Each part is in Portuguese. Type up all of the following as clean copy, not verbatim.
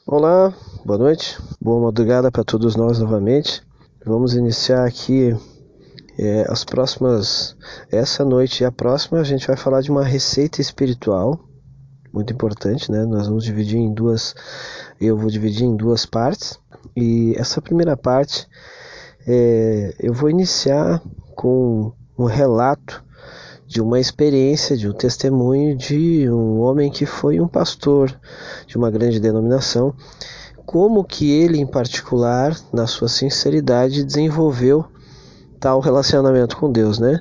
Olá, boa noite, boa madrugada para todos nós novamente. Vamos iniciar aqui essa noite e a próxima a gente vai falar de uma receita espiritual muito importante, né? Eu vou dividir em duas partes e essa primeira parte eu vou iniciar com um relato de uma experiência, de um testemunho de um homem que foi um pastor de uma grande denominação, como que ele em particular, na sua sinceridade, desenvolveu tal relacionamento com Deus, né?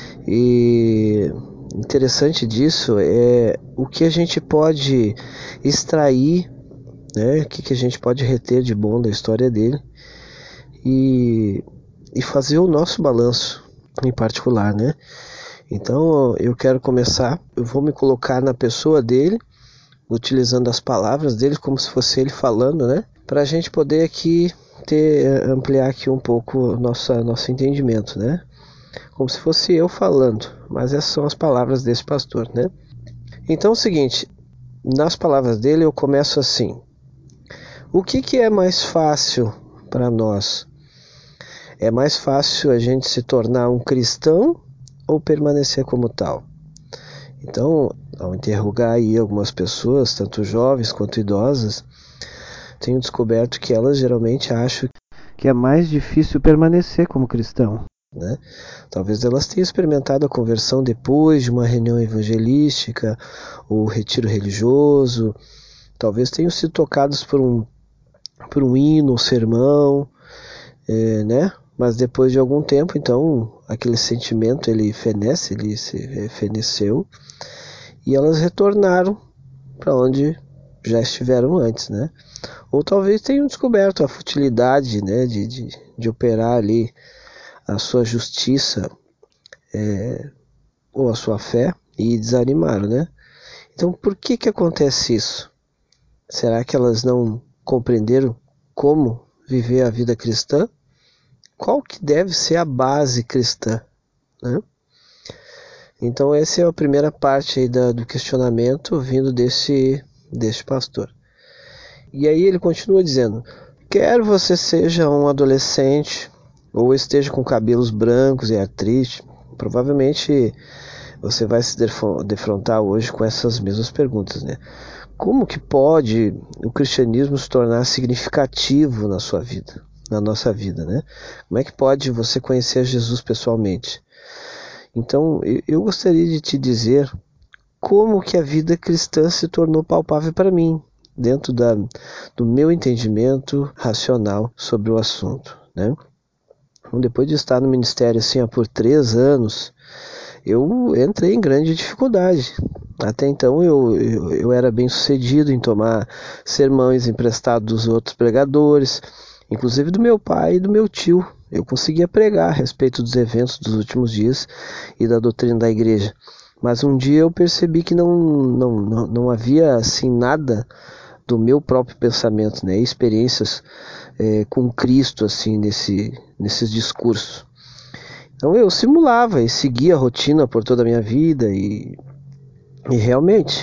E interessante disso é o que a gente pode extrair, né? O que a gente pode reter de bom da história dele e, e fazer o nosso balanço em particular, né? Então eu quero começar, eu vou me colocar na pessoa dele, utilizando as palavras dele como se fosse ele falando, né? Para a gente poder aqui ampliar aqui um pouco nosso entendimento, né? Como se fosse eu falando, mas essas são as palavras desse pastor, né? Então é o seguinte, nas palavras dele eu começo assim: o que é mais fácil para nós? É mais fácil a gente se tornar um cristão ou permanecer como tal? Então, ao interrogar aí algumas pessoas, tanto jovens quanto idosas, tenho descoberto que elas geralmente acham que é mais difícil permanecer como cristão, né? Talvez elas tenham experimentado a conversão depois de uma reunião evangelística ou retiro religioso, talvez tenham sido tocados por um hino, um sermão, né? Mas depois de algum tempo, então, aquele sentimento ele fenece, ele se feneceu e elas retornaram para onde já estiveram antes, né? Ou talvez tenham descoberto a futilidade, né, de operar ali a sua justiça ou a sua fé e desanimaram, né? Então, por que acontece isso? Será que elas não compreenderam como viver a vida cristã? Qual que deve ser a base cristã, né? Então, essa é a primeira parte aí do questionamento vindo desse pastor. E aí ele continua dizendo: quer você seja um adolescente ou esteja com cabelos brancos e artrite, provavelmente você vai se defrontar hoje com essas mesmas perguntas, né? Como que pode o cristianismo se tornar significativo na sua vida, na nossa vida, né? Como é que pode você conhecer Jesus pessoalmente? Então, eu gostaria de te dizer como que a vida cristã se tornou palpável para mim, dentro do meu entendimento racional sobre o assunto, né? Então, depois de estar no ministério assim, por 3 anos, eu entrei em grande dificuldade. Até então eu era bem sucedido em tomar sermões emprestados dos outros pregadores, inclusive do meu pai e do meu tio. Eu conseguia pregar a respeito dos eventos dos últimos dias e da doutrina da igreja. Mas um dia eu percebi que não havia assim nada do meu próprio pensamento, né? Experiências com Cristo assim nesses discursos. Então eu simulava e seguia a rotina por toda a minha vida e realmente,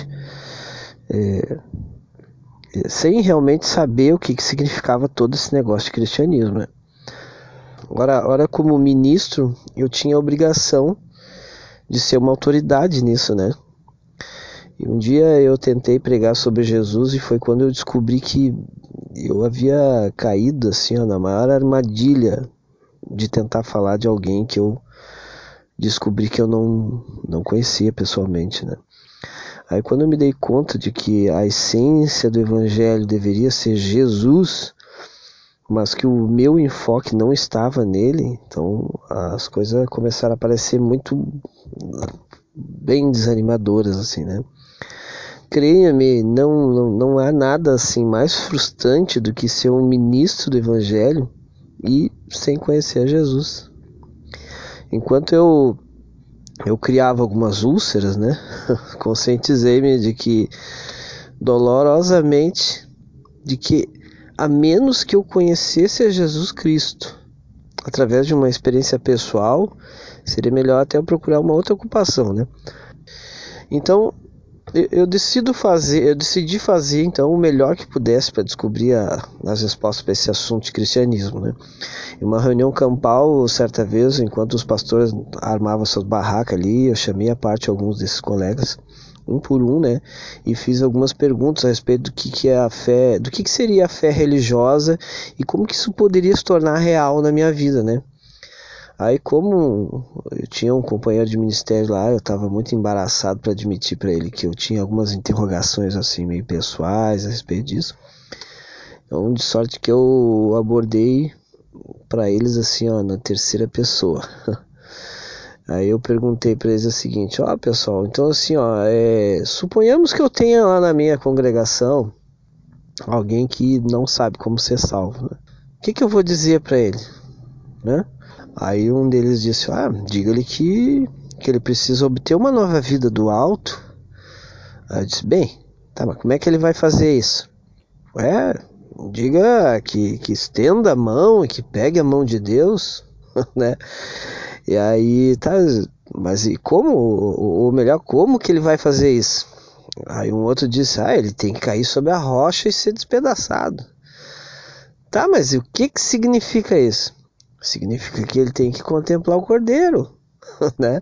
sem realmente saber o que significava todo esse negócio de cristianismo, né? Ora, como ministro, eu tinha a obrigação de ser uma autoridade nisso, né? E um dia eu tentei pregar sobre Jesus e foi quando eu descobri que eu havia caído assim, ó, na maior armadilha de tentar falar de alguém que eu descobri que eu não conhecia pessoalmente, né? Aí quando eu me dei conta de que a essência do evangelho deveria ser Jesus, mas que o meu enfoque não estava nele, então as coisas começaram a parecer muito bem desanimadoras, assim, né? Creia-me, não há nada assim mais frustrante do que ser um ministro do evangelho e sem conhecer Jesus. Enquanto eu criava algumas úlceras, né? Conscientizei-me de que dolorosamente de que a menos que eu conhecesse a Jesus Cristo através de uma experiência pessoal, seria melhor até eu procurar uma outra ocupação, né? Então, eu decidi fazer então o melhor que pudesse para descobrir as respostas para esse assunto de cristianismo, né? Em uma reunião campal, certa vez, enquanto os pastores armavam suas barracas ali, eu chamei à parte alguns desses colegas, um por um, né? E fiz algumas perguntas a respeito do que é a fé, do que seria a fé religiosa e como que isso poderia se tornar real na minha vida, né? Aí, como eu tinha um companheiro de ministério lá, eu estava muito embaraçado para admitir para ele que eu tinha algumas interrogações assim meio pessoais a respeito disso. Então, de sorte que eu abordei para eles assim, ó, na terceira pessoa. Aí eu perguntei para eles o seguinte: ó, pessoal, então assim, ó, suponhamos que eu tenha lá na minha congregação alguém que não sabe como ser salvo, né? O que eu vou dizer para ele, né? Aí um deles disse: diga-lhe que ele precisa obter uma nova vida do alto. Aí eu disse: bem, tá, mas como é que ele vai fazer isso? Diga que estenda a mão e que pegue a mão de Deus, né? E aí, tá, mas e como? Ou melhor, como que ele vai fazer isso? Aí um outro disse: ele tem que cair sobre a rocha e ser despedaçado. Tá, mas o que significa isso? Significa que ele tem que contemplar o Cordeiro, né?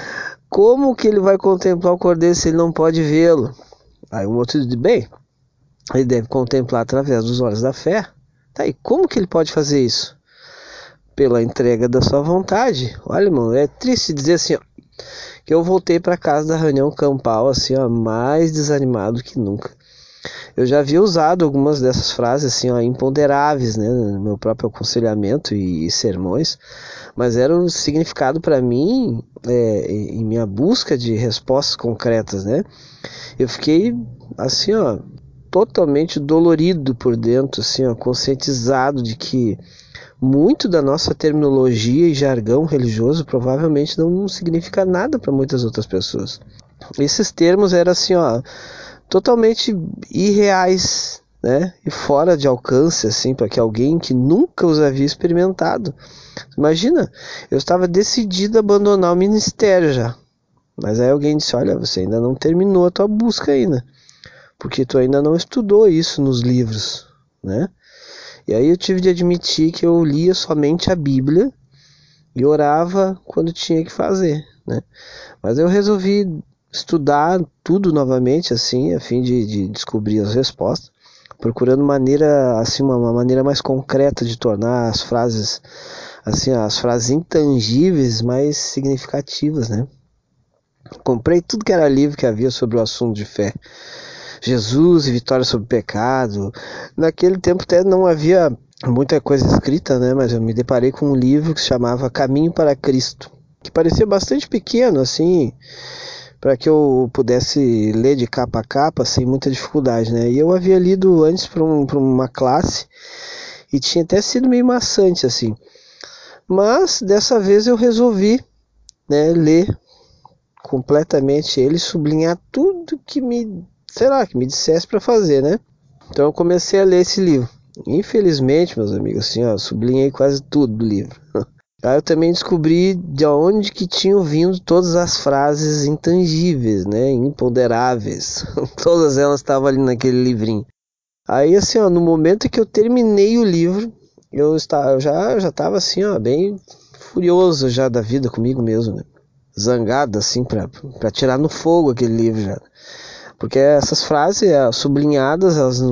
Como que ele vai contemplar o Cordeiro se ele não pode vê-lo? Aí um outro diz: bem, ele deve contemplar através dos olhos da fé. Tá, e como que ele pode fazer isso? Pela entrega da sua vontade. Olha, irmão, é triste dizer assim, ó, que eu voltei para casa da reunião campal assim, ó, mais desanimado que nunca. Eu já havia usado algumas dessas frases assim, ó, imponderáveis, né, no meu próprio aconselhamento e sermões, mas era o significado para mim em minha busca de respostas concretas, né? Eu fiquei assim, ó, totalmente dolorido por dentro, assim, ó, conscientizado de que muito da nossa terminologia e jargão religioso provavelmente não significa nada para muitas outras pessoas. Esses termos eram assim, ó, totalmente irreais, né? E fora de alcance, assim, para que alguém que nunca os havia experimentado. Imagina, eu estava decidido a abandonar o ministério já. Mas aí alguém disse: olha, você ainda não terminou a tua busca ainda, porque tu ainda não estudou isso nos livros, né? E aí eu tive de admitir que eu lia somente a Bíblia e orava quando tinha que fazer, né? Mas eu resolvi estudar tudo novamente, assim, a fim de descobrir as respostas, procurando maneira, assim, uma maneira mais concreta de tornar as frases, assim, as frases intangíveis mais significativas, né? Comprei tudo que era livro que havia sobre o assunto de fé. Jesus e vitória sobre o pecado. Naquele tempo até não havia muita coisa escrita, né? Mas eu me deparei com um livro que se chamava Caminho para Cristo, que parecia bastante pequeno, assim, para que eu pudesse ler de capa a capa sem muita dificuldade, né? E eu havia lido antes para uma classe e tinha até sido meio maçante, assim. Mas dessa vez eu resolvi, né, ler completamente ele, sublinhar tudo que que me dissesse para fazer, né? Então eu comecei a ler esse livro. Infelizmente, meus amigos, assim, ó, sublinhei quase tudo do livro. Aí eu também descobri de onde que tinham vindo todas as frases intangíveis, né, imponderáveis. Todas elas estavam ali naquele livrinho. Aí assim, ó, no momento que eu terminei o livro, eu já estava assim, ó, bem furioso já da vida comigo mesmo, né? Zangado assim para tirar no fogo aquele livro já. Porque essas frases sublinhadas, elas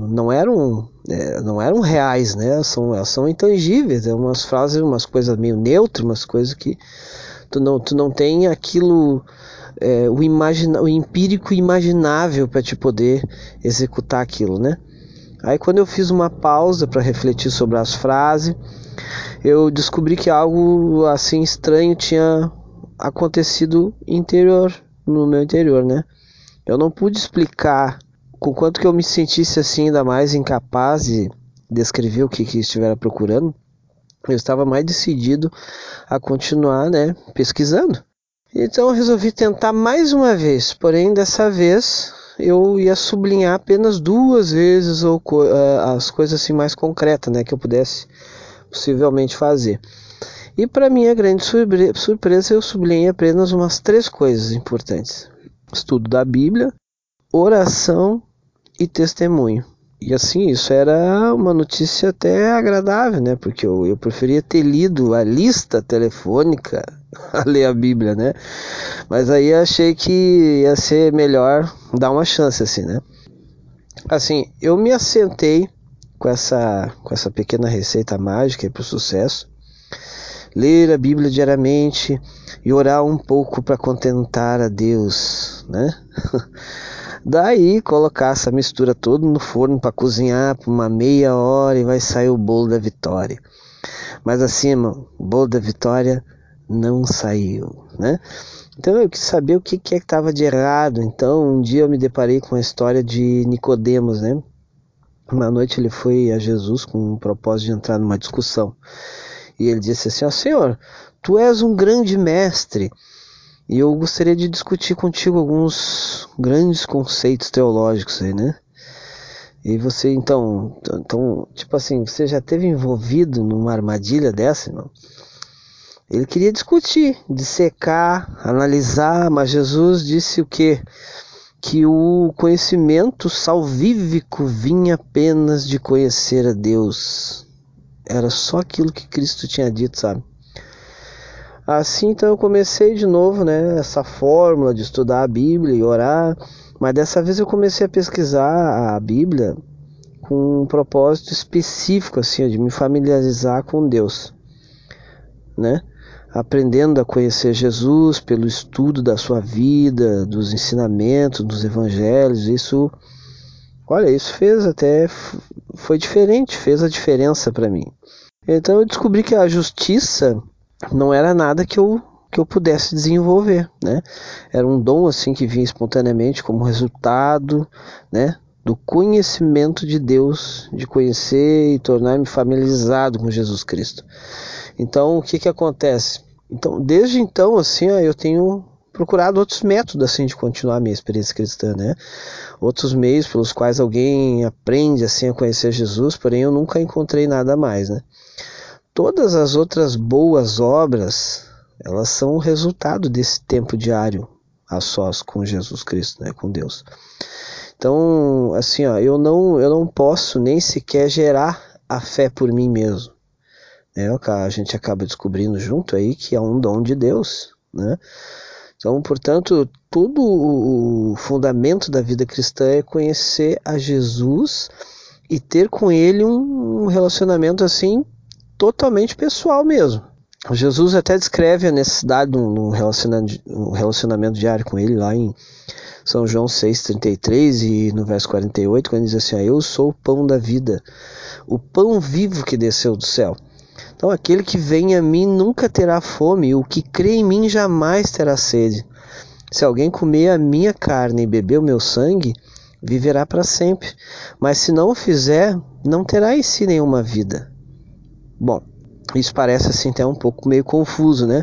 não eram reais, né? Elas são intangíveis, umas frases, umas coisas meio neutras, umas coisas que tu não tem aquilo, o empírico imaginável para te poder executar aquilo, né? Aí quando eu fiz uma pausa para refletir sobre as frases, eu descobri que algo assim estranho tinha acontecido no meu interior, né? Eu não pude explicar com quanto que eu me sentisse assim, ainda mais incapaz de descrever o que estivera procurando. Eu estava mais decidido a continuar, né, pesquisando. Então eu resolvi tentar mais uma vez, porém dessa vez eu ia sublinhar apenas duas vezes as coisas assim mais concretas, né, que eu pudesse possivelmente fazer. E para minha grande surpresa eu sublinhei apenas umas três coisas importantes. estudo da Bíblia, oração e testemunho. E assim, isso era uma notícia até agradável, né? Porque eu preferia ter lido a lista telefônica a ler a Bíblia, né? Mas aí achei que ia ser melhor dar uma chance, assim, né? Assim, eu me assentei com essa pequena receita mágica para o sucesso. Ler a Bíblia diariamente e orar um pouco para contentar a Deus, né? Daí colocar essa mistura toda no forno para cozinhar por uma meia hora e vai sair o bolo da vitória. Mas assim, o bolo da vitória não saiu, né? Então eu quis saber o que é que estava de errado. Então um dia eu me deparei com a história de Nicodemos, né? Uma noite ele foi a Jesus com o propósito de entrar numa discussão. E ele disse assim, Senhor, tu és um grande mestre e eu gostaria de discutir contigo alguns grandes conceitos teológicos aí, né? E você, então, tipo assim, você já esteve envolvido numa armadilha dessa, irmão? Ele queria discutir, dissecar, analisar, mas Jesus disse o quê? Que o conhecimento salvífico vinha apenas de conhecer a Deus. Era só aquilo que Cristo tinha dito, sabe? Assim, então eu comecei de novo, né, essa fórmula de estudar a Bíblia e orar, mas dessa vez eu comecei a pesquisar a Bíblia com um propósito específico, assim, de me familiarizar com Deus, né? Aprendendo a conhecer Jesus pelo estudo da sua vida, dos ensinamentos, dos evangelhos. Isso, olha, isso foi diferente, fez a diferença para mim. Então eu descobri que a justiça não era nada que eu pudesse desenvolver, né? Era um dom assim que vinha espontaneamente como resultado, né, do conhecimento de Deus, de conhecer e tornar-me familiarizado com Jesus Cristo. Então, o que acontece? Então, desde então, assim, eu tenho procurado outros métodos assim de continuar a minha experiência cristã, né? Outros meios pelos quais alguém aprende assim a conhecer Jesus, porém eu nunca encontrei nada mais, né? Todas as outras boas obras, elas são o resultado desse tempo diário a sós com Jesus Cristo, né, com Deus. Então, assim, eu não posso nem sequer gerar a fé por mim mesmo. Né? A gente acaba descobrindo junto aí que é um dom de Deus, né? Então, portanto, todo o fundamento da vida cristã é conhecer a Jesus e ter com ele um relacionamento assim totalmente pessoal mesmo. Jesus até descreve a necessidade de um relacionamento diário com ele lá em São João 6,33 e no verso 48, quando diz assim, eu sou o pão da vida, o pão vivo que desceu do céu. Então aquele que vem a mim nunca terá fome, e o que crê em mim jamais terá sede. Se alguém comer a minha carne e beber o meu sangue, viverá para sempre. Mas se não o fizer, não terá em si nenhuma vida. Bom, isso parece assim até um pouco meio confuso, né?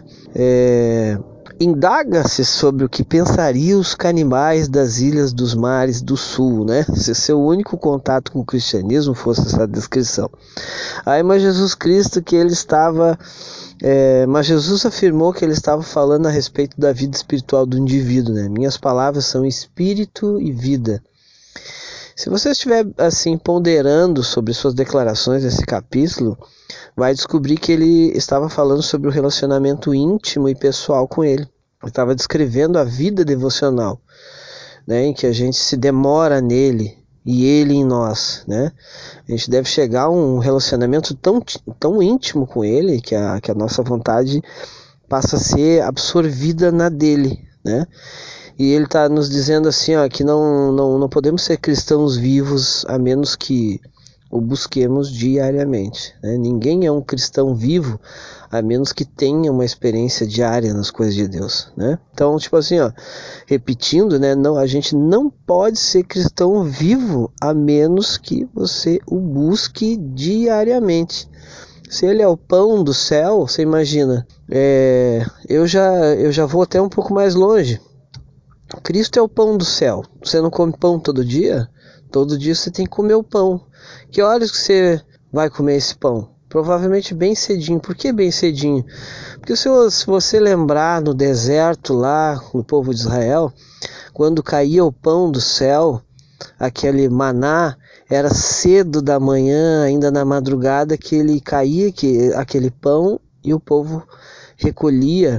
Indaga-se sobre o que pensariam os canibais das ilhas dos mares do sul, né? Se seu único contato com o cristianismo fosse essa descrição. Aí, mas Jesus Cristo que ele estava... mas Jesus afirmou que ele estava falando a respeito da vida espiritual do indivíduo, né? Minhas palavras são espírito e vida. Se você estiver assim ponderando sobre suas declarações nesse capítulo, vai descobrir que ele estava falando sobre o relacionamento íntimo e pessoal com ele. Ele estava descrevendo a vida devocional, né, em que a gente se demora nele e ele em nós, né? A gente deve chegar a um relacionamento tão íntimo com ele que a nossa vontade passa a ser absorvida na dele, né? E ele está nos dizendo assim, que não podemos ser cristãos vivos a menos que o busquemos diariamente, né? Ninguém é um cristão vivo a menos que tenha uma experiência diária nas coisas de Deus, né? Então, tipo assim, repetindo, né? A gente não pode ser cristão vivo a menos que você o busque diariamente. Se ele é o pão do céu, você imagina, eu já vou até um pouco mais longe. Cristo é o pão do céu. Você não come pão todo dia? Todo dia você tem que comer o pão. Que horas que você vai comer esse pão? provavelmente bem cedinho. Por que bem cedinho? Porque se você lembrar no deserto lá, no povo de Israel, quando caía o pão do céu, aquele maná, era cedo da manhã, ainda na madrugada, que ele caía, aquele pão, e o povo recolhia,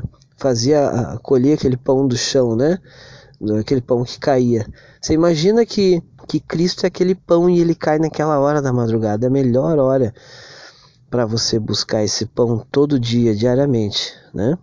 colhia aquele pão do chão, né? Aquele pão que caía. Você imagina que Cristo é aquele pão e ele cai naquela hora da madrugada. É a melhor hora para você buscar esse pão todo dia, diariamente, né?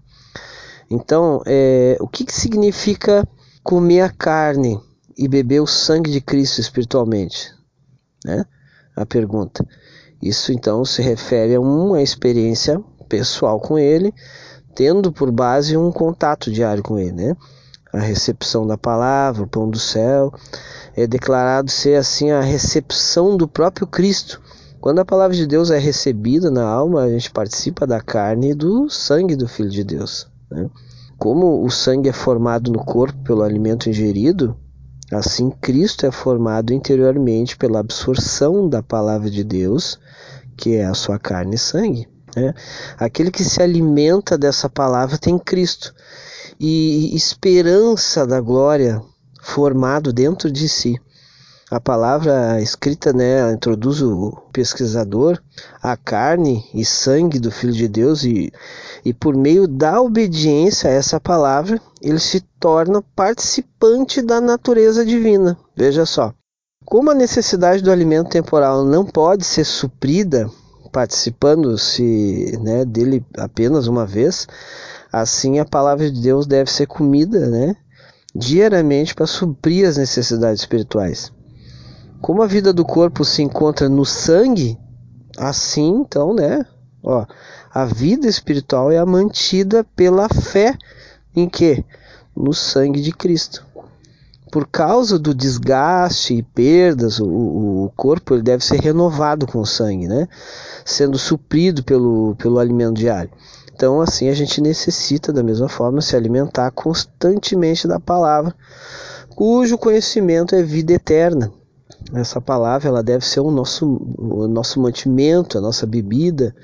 Então, o que significa comer a carne e beber o sangue de Cristo espiritualmente, né? A pergunta. Isso então se refere a uma experiência pessoal com ele, tendo por base um contato diário com ele, né? A recepção da palavra, o pão do céu, é declarado ser assim a recepção do próprio Cristo. Quando a palavra de Deus é recebida na alma, a gente participa da carne e do sangue do Filho de Deus, né? Como o sangue é formado no corpo pelo alimento ingerido, assim Cristo é formado interiormente pela absorção da palavra de Deus, que é a sua carne e sangue, né? Aquele que se alimenta dessa palavra tem Cristo e esperança da glória formado dentro de si. A palavra escrita, né, introduz o pesquisador a carne e sangue do Filho de Deus e por meio da obediência a essa palavra, ele se torna participante da natureza divina. Veja só, como a necessidade do alimento temporal não pode ser suprida participando-se, né, dele apenas uma vez, assim a palavra de Deus deve ser comida, né, diariamente para suprir as necessidades espirituais. Como a vida do corpo se encontra no sangue, assim, então, né, a vida espiritual é mantida pela fé em quê? No sangue de Cristo. Por causa do desgaste e perdas, o corpo ele deve ser renovado com o sangue, né? Sendo suprido pelo alimento diário. Então, assim, a gente necessita, da mesma forma, se alimentar constantemente da palavra, cujo conhecimento é vida eterna. Essa palavra ela deve ser o nosso mantimento, a nossa bebida.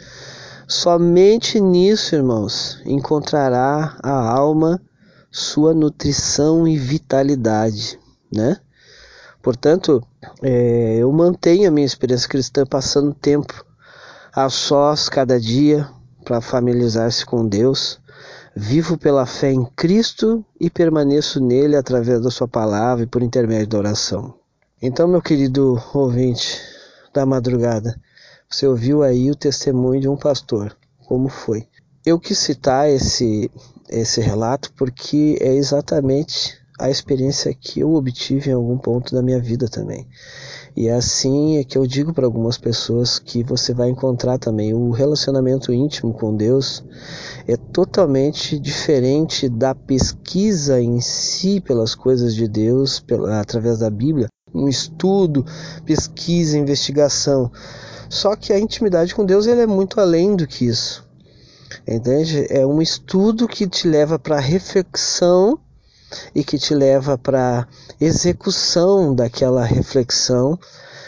Somente nisso, irmãos, encontrará a alma sua nutrição e vitalidade, né? Portanto, eu mantenho a minha experiência cristã passando tempo a sós cada dia para familiarizar-se com Deus. Vivo pela fé em Cristo e permaneço nele através da sua palavra e por intermédio da oração. Então, meu querido ouvinte da madrugada, você ouviu aí o testemunho de um pastor. Como foi? Eu quis citar esse relato porque é exatamente a experiência que eu obtive em algum ponto da minha vida também. E assim é que eu digo para algumas pessoas que você vai encontrar também. O relacionamento íntimo com Deus é totalmente diferente da pesquisa em si pelas coisas de Deus, através da Bíblia. Um estudo, pesquisa, investigação. Só que a intimidade com Deus ele é muito além do que isso. Entende? É um estudo que te leva para reflexão e que te leva para execução daquela reflexão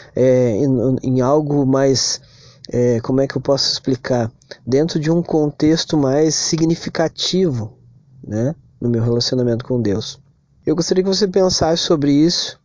em algo mais, como é que eu posso explicar? Dentro de um contexto mais significativo, né? No meu relacionamento com Deus. Eu gostaria que você pensasse sobre isso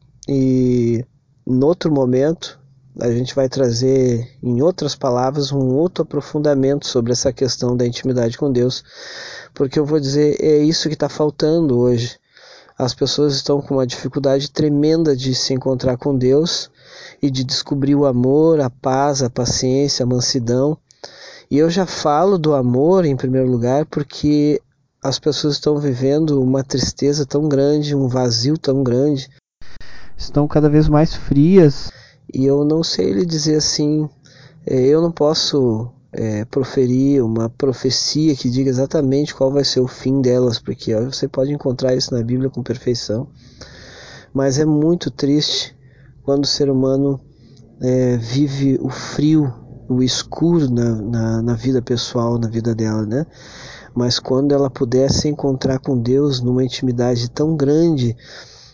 e em outro momento a gente vai trazer, em outras palavras, um outro aprofundamento sobre essa questão da intimidade com Deus, porque eu vou dizer, é isso que está faltando hoje. As pessoas estão com uma dificuldade tremenda de se encontrar com Deus e de descobrir o amor, a paz, a paciência, a mansidão. E eu já falo do amor em primeiro lugar porque as pessoas estão vivendo uma tristeza tão grande, um vazio tão grande, estão cada vez mais frias. E eu não sei lhe dizer assim, eu não posso proferir uma profecia que diga exatamente qual vai ser o fim delas, porque você pode encontrar isso na Bíblia com perfeição. Mas é muito triste quando o ser humano vive o frio, o escuro na vida pessoal, na vida dela, né? Mas quando ela puder se encontrar com Deus numa intimidade tão grande,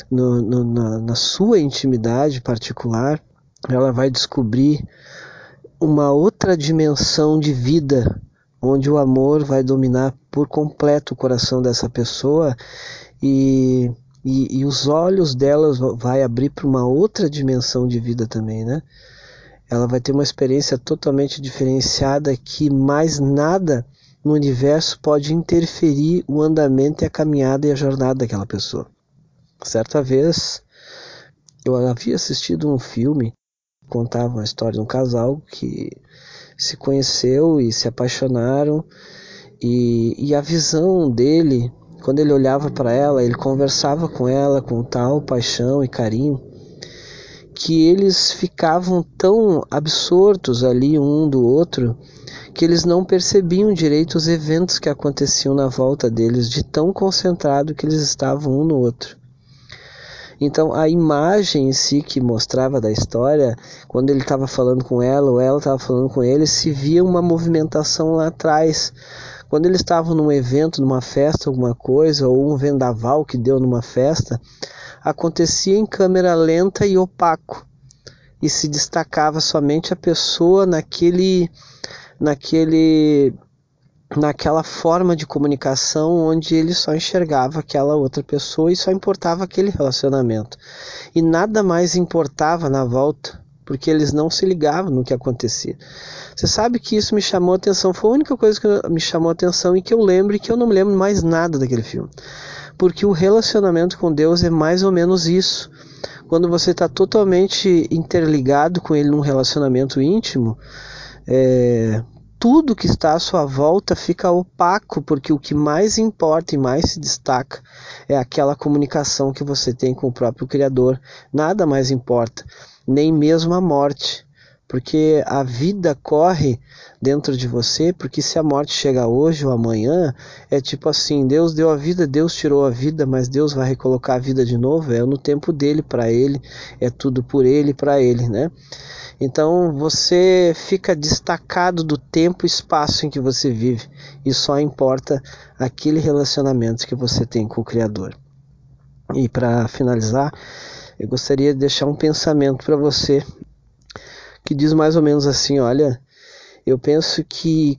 na sua intimidade particular, ela vai descobrir uma outra dimensão de vida, onde o amor vai dominar por completo o coração dessa pessoa e os olhos delas vai abrir para uma outra dimensão de vida também, né? Ela vai ter uma experiência totalmente diferenciada que mais nada no universo pode interferir o andamento e a caminhada e a jornada daquela pessoa. Certa vez, eu havia assistido um filme que contava a história de um casal que se conheceu e se apaixonaram e a visão dele, quando ele olhava para ela, ele conversava com ela com tal paixão e carinho, que eles ficavam tão absortos ali um do outro que eles não percebiam direito os eventos que aconteciam na volta deles, de tão concentrado que eles estavam um no outro. Então a imagem em si que mostrava da história, quando ele estava falando com ela ou ela estava falando com ele, se via uma movimentação lá atrás. Quando eles estavam num evento, numa festa, alguma coisa, ou um vendaval que deu numa festa, acontecia em câmera lenta e opaco, e se destacava somente a pessoa naquela forma de comunicação onde ele só enxergava aquela outra pessoa e só importava aquele relacionamento. E nada mais importava na volta, porque eles não se ligavam no que acontecia. Você sabe que isso me chamou a atenção, foi a única coisa que me chamou a atenção e que eu lembro e que eu não me lembro mais nada daquele filme. Porque o relacionamento com Deus é mais ou menos isso. Quando você está totalmente interligado com Ele num relacionamento íntimo, tudo que está à sua volta fica opaco, porque o que mais importa e mais se destaca é aquela comunicação que você tem com o próprio Criador. Nada mais importa, nem mesmo a morte, porque a vida corre dentro de você, porque se a morte chega hoje ou amanhã, é tipo assim, Deus deu a vida, Deus tirou a vida, mas Deus vai recolocar a vida de novo, é no tempo dele, para ele, é tudo por ele e para ele, né? Então você fica destacado do tempo e espaço em que você vive e só importa aquele relacionamento que você tem com o Criador. E para finalizar, eu gostaria de deixar um pensamento para você que diz mais ou menos assim, olha, eu penso que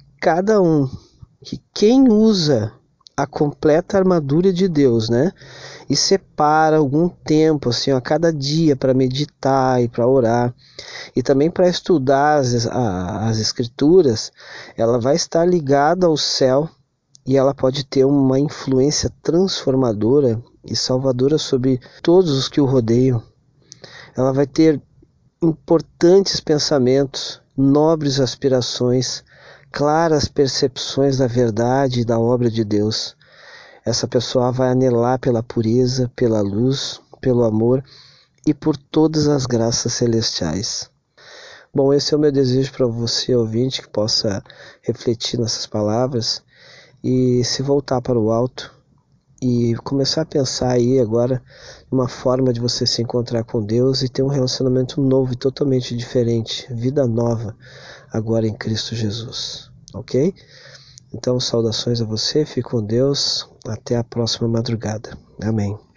quem usa a completa armadura de Deus, né? E separa algum tempo, assim, a cada dia para meditar e para orar e também para estudar as escrituras, ela vai estar ligada ao céu e ela pode ter uma influência transformadora e salvadora sobre todos os que o rodeiam. Ela vai ter importantes pensamentos, nobres aspirações, claras percepções da verdade e da obra de Deus. Essa pessoa vai anelar pela pureza, pela luz, pelo amor e por todas as graças celestiais. Bom, esse é o meu desejo para você, ouvinte, que possa refletir nessas palavras e se voltar para o alto e começar a pensar aí agora uma forma de você se encontrar com Deus e ter um relacionamento novo e totalmente diferente, vida nova agora em Cristo Jesus, ok? Então, saudações a você, fique com Deus, até a próxima madrugada. Amém.